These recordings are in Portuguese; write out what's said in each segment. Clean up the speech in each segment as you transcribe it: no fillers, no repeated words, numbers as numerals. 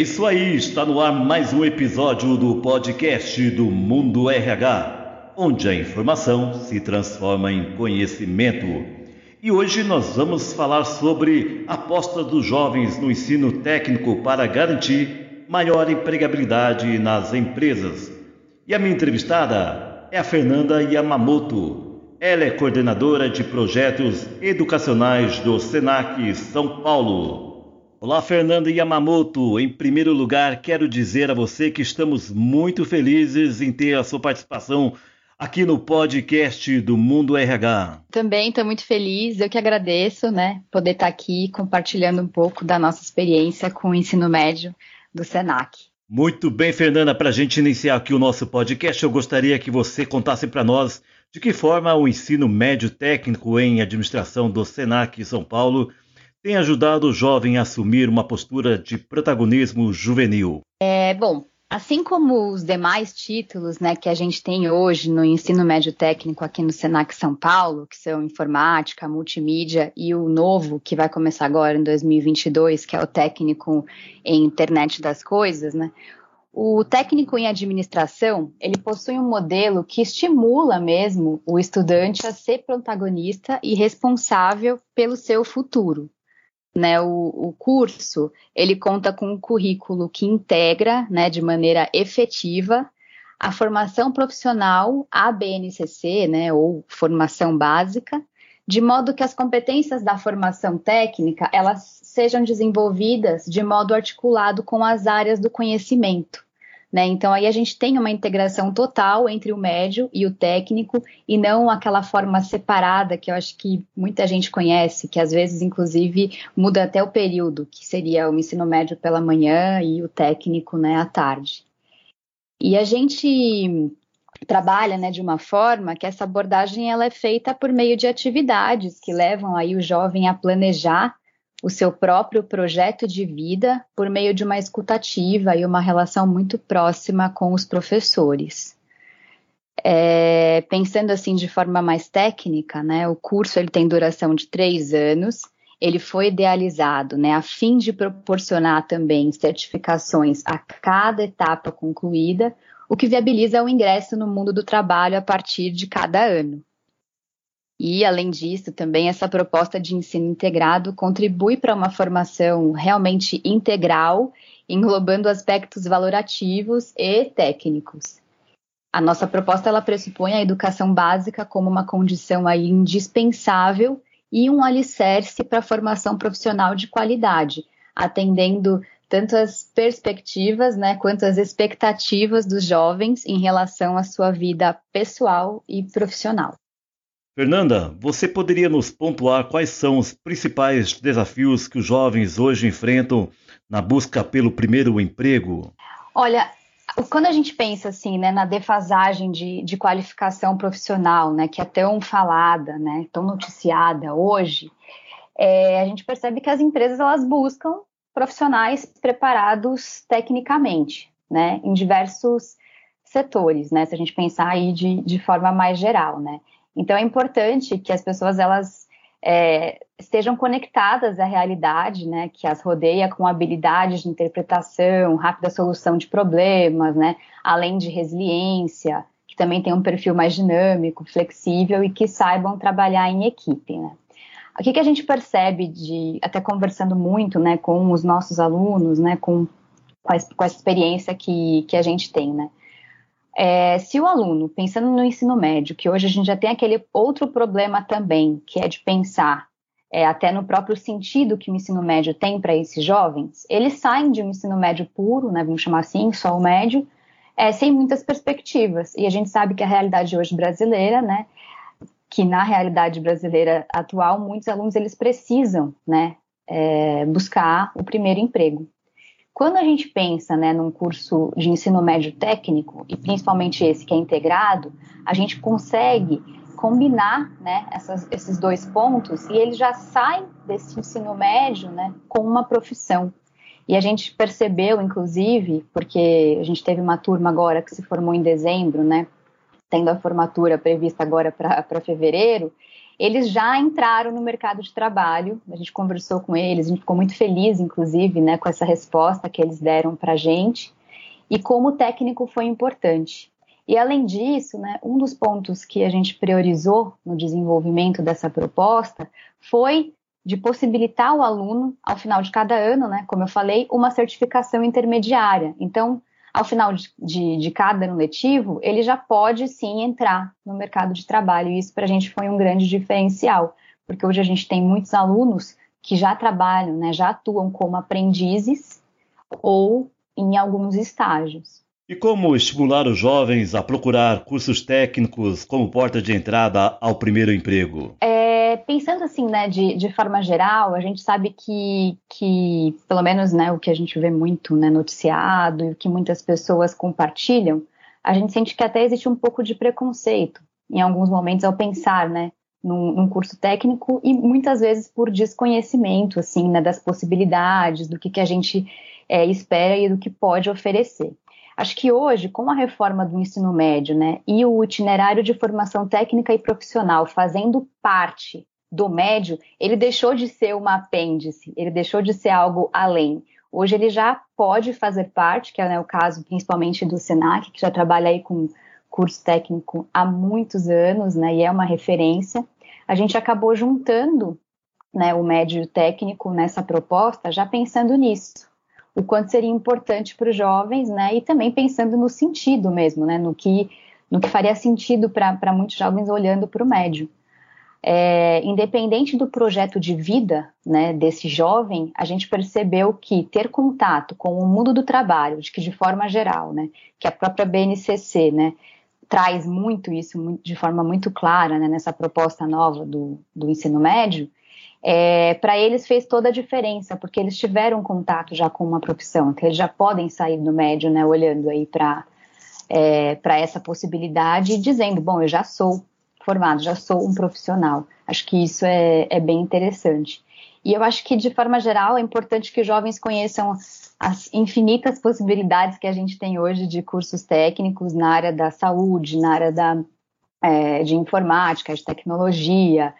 isso aí, está no ar mais um episódio do podcast do Mundo RH, onde a informação se transforma em conhecimento. E hoje nós vamos falar sobre a aposta dos jovens no ensino técnico para garantir maior empregabilidade nas empresas. E a minha entrevistada é a Fernanda Yamamoto. Ela é coordenadora de projetos educacionais do Senac São Paulo. Olá, Fernanda Yamamoto. Em primeiro lugar, quero dizer a você que estamos muito felizes em ter a sua participação aqui no podcast do Mundo RH. Também estou muito feliz, eu que agradeço, poder estar aqui compartilhando um pouco da nossa experiência com o ensino médio do Senac. Muito bem, Fernanda, para a gente iniciar aqui o nosso podcast, eu gostaria que você contasse para nós de que forma o ensino médio técnico em administração do Senac São Paulo tem ajudado o jovem a assumir uma postura de protagonismo juvenil. Bom, assim como os demais títulos que a gente tem hoje no ensino médio técnico aqui no Senac São Paulo, que são informática, multimídia e o novo, que vai começar agora em 2022, que é o técnico em internet das coisas, O técnico em administração, ele possui um modelo que estimula mesmo o estudante a ser protagonista e responsável pelo seu futuro. O curso, ele conta com um currículo que integra, de maneira efetiva, a formação profissional, a BNCC, ou formação básica, de modo que as competências da formação técnica, elas sejam desenvolvidas de modo articulado com as áreas do conhecimento. Então, aí a gente tem uma integração total entre o médio e o técnico e não aquela forma separada que eu acho que muita gente conhece, que às vezes, inclusive, muda até o período, que seria o ensino médio pela manhã e o técnico, à tarde. E a gente trabalha, de uma forma que essa abordagem ela é feita por meio de atividades que levam aí o jovem a planejar o seu próprio projeto de vida por meio de uma escutativa e uma relação muito próxima com os professores. Pensando assim de forma mais técnica, o curso ele tem duração de 3 anos, ele foi idealizado a fim de proporcionar também certificações a cada etapa concluída, o que viabiliza o ingresso no mundo do trabalho a partir de cada ano. E, além disso, também essa proposta de ensino integrado contribui para uma formação realmente integral, englobando aspectos valorativos e técnicos. A nossa proposta ela pressupõe a educação básica como uma condição aí indispensável e um alicerce para a formação profissional de qualidade, atendendo tanto as perspectivas quanto as expectativas dos jovens em relação à sua vida pessoal e profissional. Fernanda, você poderia nos pontuar quais são os principais desafios que os jovens hoje enfrentam na busca pelo primeiro emprego? Olha, quando a gente pensa assim, na defasagem de qualificação profissional, que é tão falada, tão noticiada hoje, a gente percebe que as empresas elas buscam profissionais preparados tecnicamente, em diversos setores, se a gente pensar aí de forma mais geral, Então, é importante que as pessoas elas estejam conectadas à realidade, que as rodeia com habilidades de interpretação, rápida solução de problemas, além de resiliência, que também tem um perfil mais dinâmico, flexível e que saibam trabalhar em equipe. O que a gente percebe, até conversando muito com os nossos alunos, com a experiência que a gente tem, se o aluno, pensando no ensino médio, que hoje a gente já tem aquele outro problema também, que é de pensar até no próprio sentido que o ensino médio tem para esses jovens, eles saem de um ensino médio puro, vamos chamar assim, só o médio, sem muitas perspectivas. E a gente sabe que a realidade hoje brasileira, que na realidade brasileira atual, muitos alunos eles precisam buscar o primeiro emprego. Quando a gente pensa num curso de ensino médio técnico, e principalmente esse que é integrado, a gente consegue combinar esses 2 pontos e eles já saem desse ensino médio com uma profissão. E a gente percebeu, inclusive, porque a gente teve uma turma agora que se formou em dezembro, tendo a formatura prevista agora para fevereiro, eles já entraram no mercado de trabalho. A gente conversou com eles, a gente ficou muito feliz, inclusive, né, com essa resposta que eles deram para a gente, e como o técnico foi importante. E, além disso, né, um dos pontos que a gente priorizou no desenvolvimento dessa proposta foi de possibilitar ao aluno, ao final de cada ano, né, como eu falei, uma certificação intermediária. Então, ao final de cada ano letivo, ele já pode, sim, entrar no mercado de trabalho. E isso, para a gente, foi um grande diferencial, porque hoje a gente tem muitos alunos que já trabalham, né, já atuam como aprendizes ou em alguns estágios. E como estimular os jovens a procurar cursos técnicos como porta de entrada ao primeiro emprego? Pensando assim, né, de forma geral, a gente sabe que pelo menos, né, o que a gente vê muito, né, noticiado e o que muitas pessoas compartilham, a gente sente que até existe um pouco de preconceito em alguns momentos ao pensar, né, num curso técnico e muitas vezes por desconhecimento, assim, né, das possibilidades, do que a gente espera e do que pode oferecer. Acho que hoje, com a reforma do ensino médio, né, e o itinerário de formação técnica e profissional fazendo parte do médio, ele deixou de ser uma apêndice, ele deixou de ser algo além. Hoje ele já pode fazer parte, que é, né, o caso principalmente do Senac, que já trabalha aí com curso técnico há muitos anos, né, e é uma referência. A gente acabou juntando, né, o médio e o técnico nessa proposta, já pensando nisso. O quanto seria importante para os jovens, né, e também pensando no sentido mesmo, né, no que faria sentido para muitos jovens olhando para o médio. Independente do projeto de vida, né, desse jovem, a gente percebeu que ter contato com o mundo do trabalho, de forma geral, né, que a própria BNCC, né, traz muito isso de forma muito clara, né, nessa proposta nova do ensino médio, para eles fez toda a diferença, porque eles tiveram contato já com uma profissão, então eles já podem sair do médio, né, olhando aí para essa possibilidade e dizendo, bom, eu já sou formado, já sou um profissional. Acho que isso é bem interessante. E eu acho que, de forma geral, é importante que os jovens conheçam as infinitas possibilidades que a gente tem hoje de cursos técnicos na área da saúde, na área de informática, de tecnologia,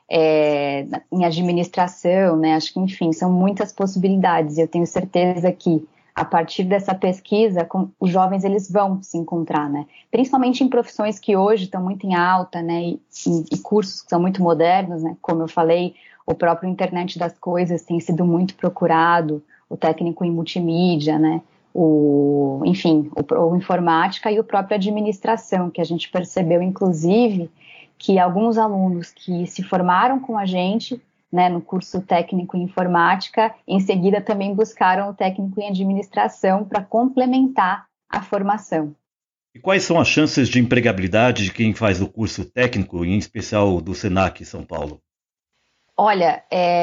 em administração, né? Acho que, enfim, são muitas possibilidades. E eu tenho certeza que, a partir dessa pesquisa, os jovens eles vão se encontrar, né? Principalmente em profissões que hoje estão muito em alta, né? E cursos que são muito modernos, né? Como eu falei, o próprio Internet das Coisas tem sido muito procurado, o técnico em multimídia, né? O informática e o próprio administração, que a gente percebeu, inclusive, que alguns alunos que se formaram com a gente, né, no curso técnico em informática, em seguida também buscaram o técnico em administração para complementar a formação. E quais são as chances de empregabilidade de quem faz o curso técnico, em especial do Senac São Paulo? Olha,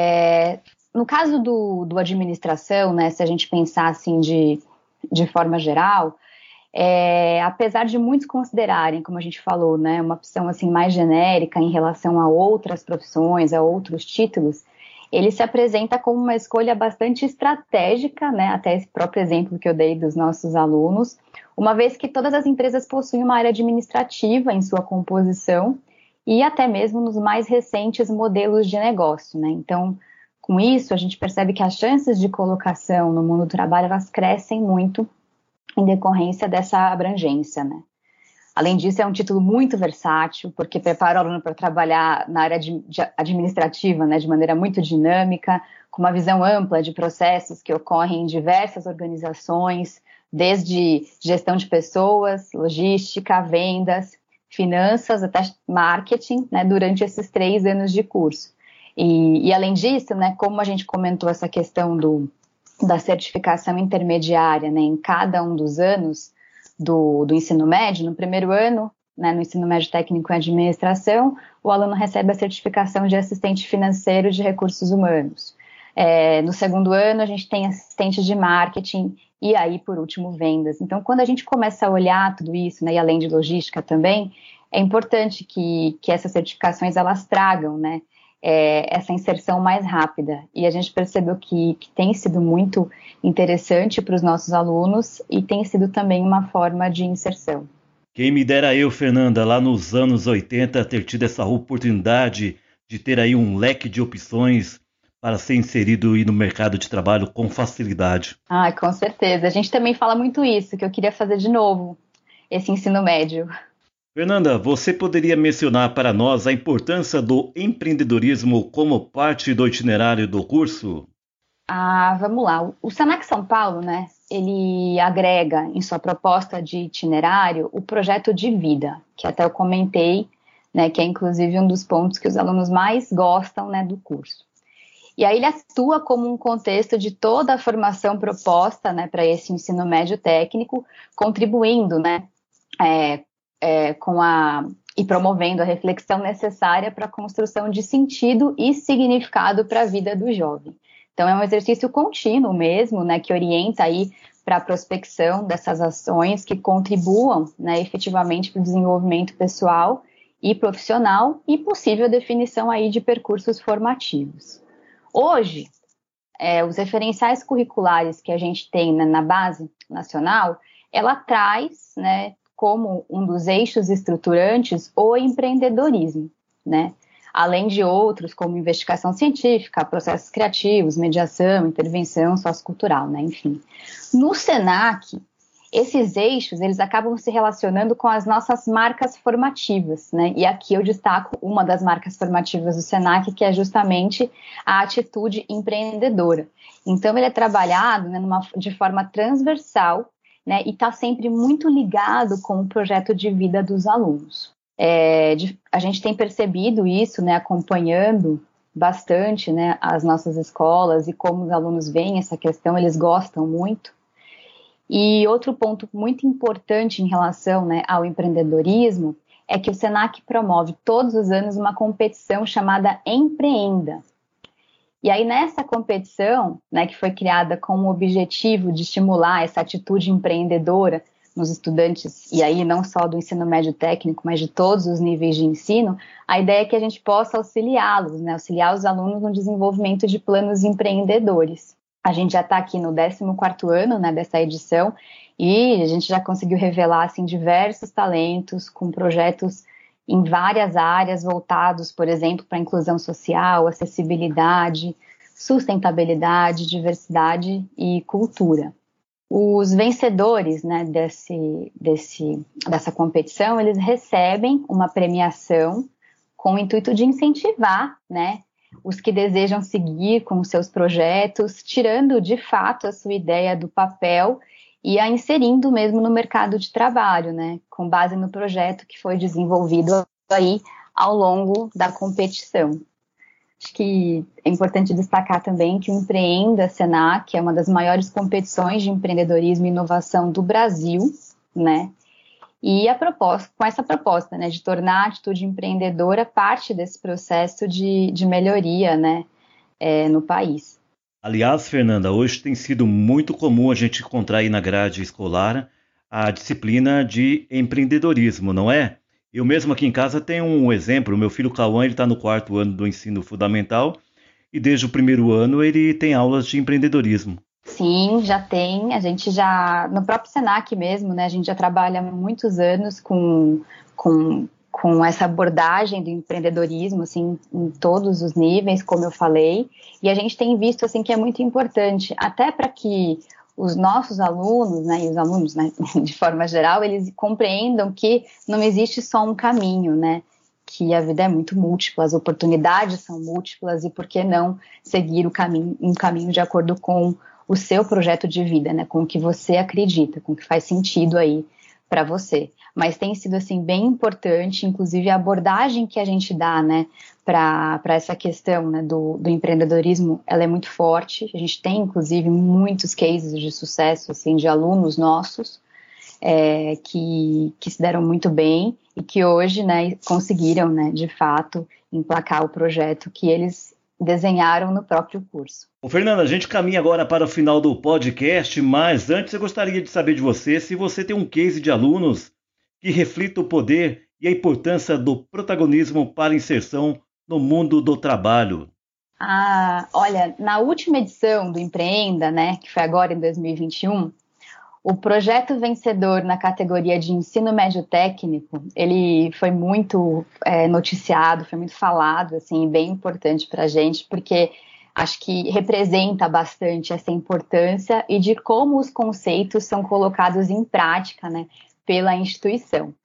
no caso do administração, né, se a gente pensar assim de forma geral, apesar de muitos considerarem, como a gente falou, né, uma opção assim mais genérica em relação a outras profissões, a outros títulos, ele se apresenta como uma escolha bastante estratégica, né, até esse próprio exemplo que eu dei dos nossos alunos, uma vez que todas as empresas possuem uma área administrativa em sua composição e até mesmo nos mais recentes modelos de negócio, né? Então, com isso, a gente percebe que as chances de colocação no mundo do trabalho, elas crescem muito em decorrência dessa abrangência, né? Além disso, é um título muito versátil, porque prepara o aluno para trabalhar na área administrativa, né, de maneira muito dinâmica, com uma visão ampla de processos que ocorrem em diversas organizações, desde gestão de pessoas, logística, vendas, finanças, até marketing, né, durante esses 3 anos de curso. E além disso, né, como a gente comentou essa questão da certificação intermediária, né, em cada um dos anos do ensino médio, no primeiro ano, né, no ensino médio técnico em administração, o aluno recebe a certificação de assistente financeiro de recursos humanos. No segundo ano, a gente tem assistente de marketing e aí, por último, vendas. Então, quando a gente começa a olhar tudo isso, né, e além de logística também, é importante que essas certificações, elas tragam, né, essa inserção mais rápida. E a gente percebeu que tem sido muito interessante para os nossos alunos e tem sido também uma forma de inserção. Quem me dera eu, Fernanda, lá nos anos 80, ter tido essa oportunidade de ter aí um leque de opções para ser inserido aí no mercado de trabalho com facilidade. Ah, com certeza. A gente também fala muito isso, que eu queria fazer de novo esse ensino médio. Fernanda, você poderia mencionar para nós a importância do empreendedorismo como parte do itinerário do curso? Ah, vamos lá. O Senac São Paulo, né, ele agrega em sua proposta de itinerário o projeto de vida, que até eu comentei, né, que é inclusive um dos pontos que os alunos mais gostam, né, do curso. E aí ele atua como um contexto de toda a formação proposta, né, para esse ensino médio técnico, contribuindo, né, e promovendo a reflexão necessária para a construção de sentido e significado para a vida do jovem. Então é um exercício contínuo mesmo, né, que orienta aí para a prospecção dessas ações que contribuam, né, efetivamente para o desenvolvimento pessoal e profissional e possível definição aí de percursos formativos. Hoje, os referenciais curriculares que a gente tem, né, na base nacional, ela traz, né, como um dos eixos estruturantes o empreendedorismo, né? Além de outros como investigação científica, processos criativos, mediação, intervenção sociocultural, né? Enfim. No Senac, esses eixos, eles acabam se relacionando com as nossas marcas formativas, né? E aqui eu destaco uma das marcas formativas do Senac, que é justamente a atitude empreendedora. Então, ele é trabalhado, né, de forma transversal, né, e está sempre muito ligado com o projeto de vida dos alunos. A gente tem percebido isso, né, acompanhando bastante, né, as nossas escolas e como os alunos veem essa questão, eles gostam muito. E outro ponto muito importante em relação, né, ao empreendedorismo é que o Senac promove todos os anos uma competição chamada Empreenda. E aí nessa competição, né, que foi criada com o objetivo de estimular essa atitude empreendedora nos estudantes, e aí não só do ensino médio técnico, mas de todos os níveis de ensino, a ideia é que a gente possa auxiliá-los, né, auxiliar os alunos no desenvolvimento de planos empreendedores. A gente já está aqui no 14º ano, né, dessa edição, e a gente já conseguiu revelar assim, diversos talentos com projetos em várias áreas voltados, por exemplo, para a inclusão social, acessibilidade, sustentabilidade, diversidade e cultura. Os vencedores, né, dessa competição, eles recebem uma premiação com o intuito de incentivar, né, os que desejam seguir com seus projetos, tirando de fato a sua ideia do papel e a inserindo mesmo no mercado de trabalho, né, com base no projeto que foi desenvolvido aí ao longo da competição. Acho que é importante destacar também que o Empreenda Senac é uma das maiores competições de empreendedorismo e inovação do Brasil, né, e com essa proposta, né, de tornar a atitude empreendedora parte desse processo de melhoria, né, no país. Aliás, Fernanda, hoje tem sido muito comum a gente encontrar aí na grade escolar a disciplina de empreendedorismo, não é? Eu mesmo aqui em casa tenho um exemplo, o meu filho Cauã está no 4º ano do ensino fundamental e desde o 1º ano ele tem aulas de empreendedorismo. Sim, já tem, a gente já, no próprio Senac mesmo, né, a gente já trabalha há muitos anos com essa abordagem do empreendedorismo, assim, em todos os níveis, como eu falei, e a gente tem visto, assim, que é muito importante, até para que os nossos alunos, né, e os alunos, né, de forma geral, eles compreendam que não existe só um caminho, né, que a vida é muito múltipla, as oportunidades são múltiplas, e por que não seguir um caminho de acordo com o seu projeto de vida, né, com o que você acredita, com o que faz sentido aí para você. Mas tem sido, assim, bem importante, inclusive a abordagem que a gente dá, né, para essa questão, né, do empreendedorismo, ela é muito forte. A gente tem, inclusive, muitos cases de sucesso, assim, de alunos nossos que se deram muito bem e que hoje, né, conseguiram, né, de fato, emplacar o projeto que eles desenharam no próprio curso. Ô, Fernanda, a gente caminha agora para o final do podcast, mas antes eu gostaria de saber de você se você tem um case de alunos que reflita o poder e a importância do protagonismo para a inserção no mundo do trabalho. Olha, na última edição do Empreenda, né, que foi agora em 2021, O projeto vencedor na categoria de ensino médio técnico, ele foi muito noticiado, foi muito falado, assim, bem importante para a gente, porque acho que representa bastante essa importância e de como os conceitos são colocados em prática, né, pela instituição.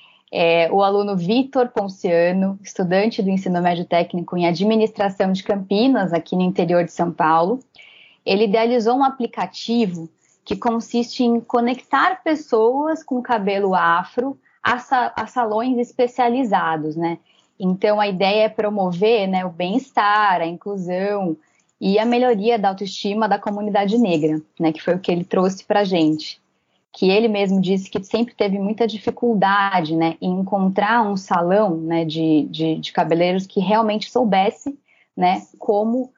O aluno Vitor Ponciano, estudante do ensino médio técnico em administração de Campinas, aqui no interior de São Paulo, ele idealizou um aplicativo que consiste em conectar pessoas com cabelo afro a salões especializados, né? Então, a ideia é promover, né, o bem-estar, a inclusão e a melhoria da autoestima da comunidade negra, né, que foi o que ele trouxe para a gente. Que ele mesmo disse que sempre teve muita dificuldade, né, em encontrar um salão, né, de cabeleireiros que realmente soubesse, né, como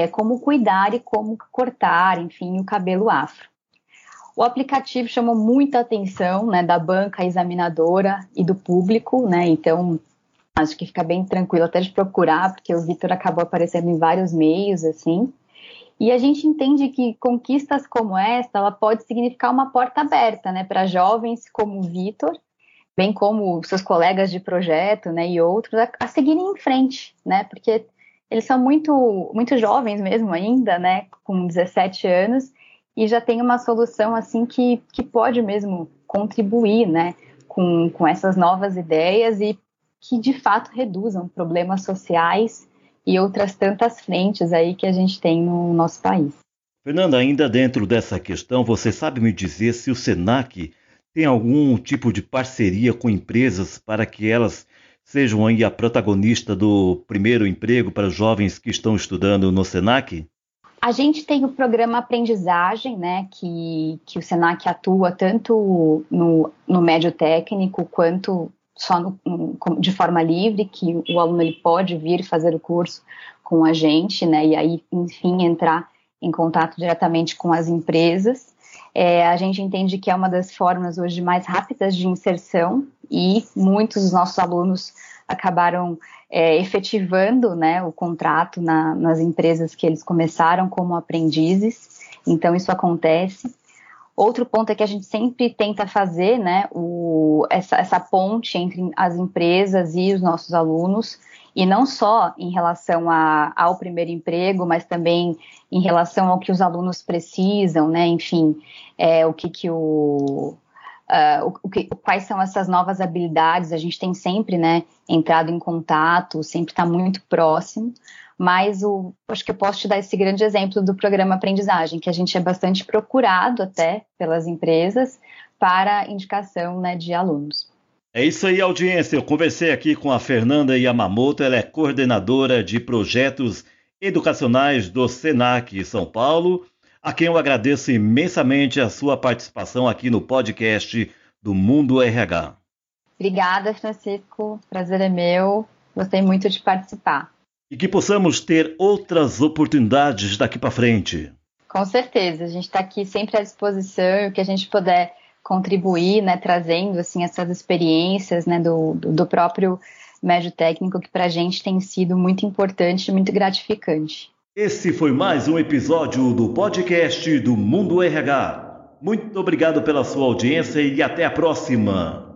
cuidar e como cortar, enfim, o cabelo afro. O aplicativo chamou muita atenção, né, da banca examinadora e do público, né, então acho que fica bem tranquilo até de procurar, porque o Vitor acabou aparecendo em vários meios, assim. E a gente entende que conquistas como esta, ela pode significar uma porta aberta, né, para jovens como o Vitor, bem como seus colegas de projeto, né, e outros, a seguirem em frente, né, porque eles são muito, muito jovens mesmo ainda, né, com 17 anos, e já tem uma solução, assim, que pode mesmo contribuir, né, com essas novas ideias e que de fato reduzam problemas sociais e outras tantas frentes aí que a gente tem no nosso país. Fernanda, ainda dentro dessa questão, você sabe me dizer se o SENAC tem algum tipo de parceria com empresas para que elas sejam aí a protagonista do primeiro emprego para os jovens que estão estudando no SENAC? A gente tem o programa Aprendizagem, né, que o SENAC atua tanto no médio técnico quanto só de forma livre, que o aluno ele pode vir fazer o curso com a gente, né, e aí, enfim, entrar em contato diretamente com as empresas. A gente entende que é uma das formas hoje mais rápidas de inserção e muitos dos nossos alunos acabaram efetivando, né, o contrato nas empresas que eles começaram como aprendizes, então isso acontece. Outro ponto é que a gente sempre tenta fazer, né, essa ponte entre as empresas e os nossos alunos, e não só em relação ao primeiro emprego, mas também em relação ao que os alunos precisam, né, enfim, quais são essas novas habilidades. A gente tem sempre, né, entrado em contato, sempre está muito próximo, mas acho que eu posso te dar esse grande exemplo do programa Aprendizagem, que a gente é bastante procurado até pelas empresas para indicação, né, de alunos. É isso aí, audiência. Eu conversei aqui com a Fernanda Yamamoto, ela é coordenadora de projetos educacionais do SENAC São Paulo, a quem eu agradeço imensamente a sua participação aqui no podcast do Mundo RH. Obrigada, Francisco. Prazer é meu. Gostei muito de participar. E que possamos ter outras oportunidades daqui para frente. Com certeza. A gente está aqui sempre à disposição e o que a gente puder contribuir, né, trazendo assim, essas experiências, né, do próprio médio técnico, que para a gente tem sido muito importante e muito gratificante. Esse foi mais um episódio do podcast do Mundo RH. Muito obrigado pela sua audiência e até a próxima!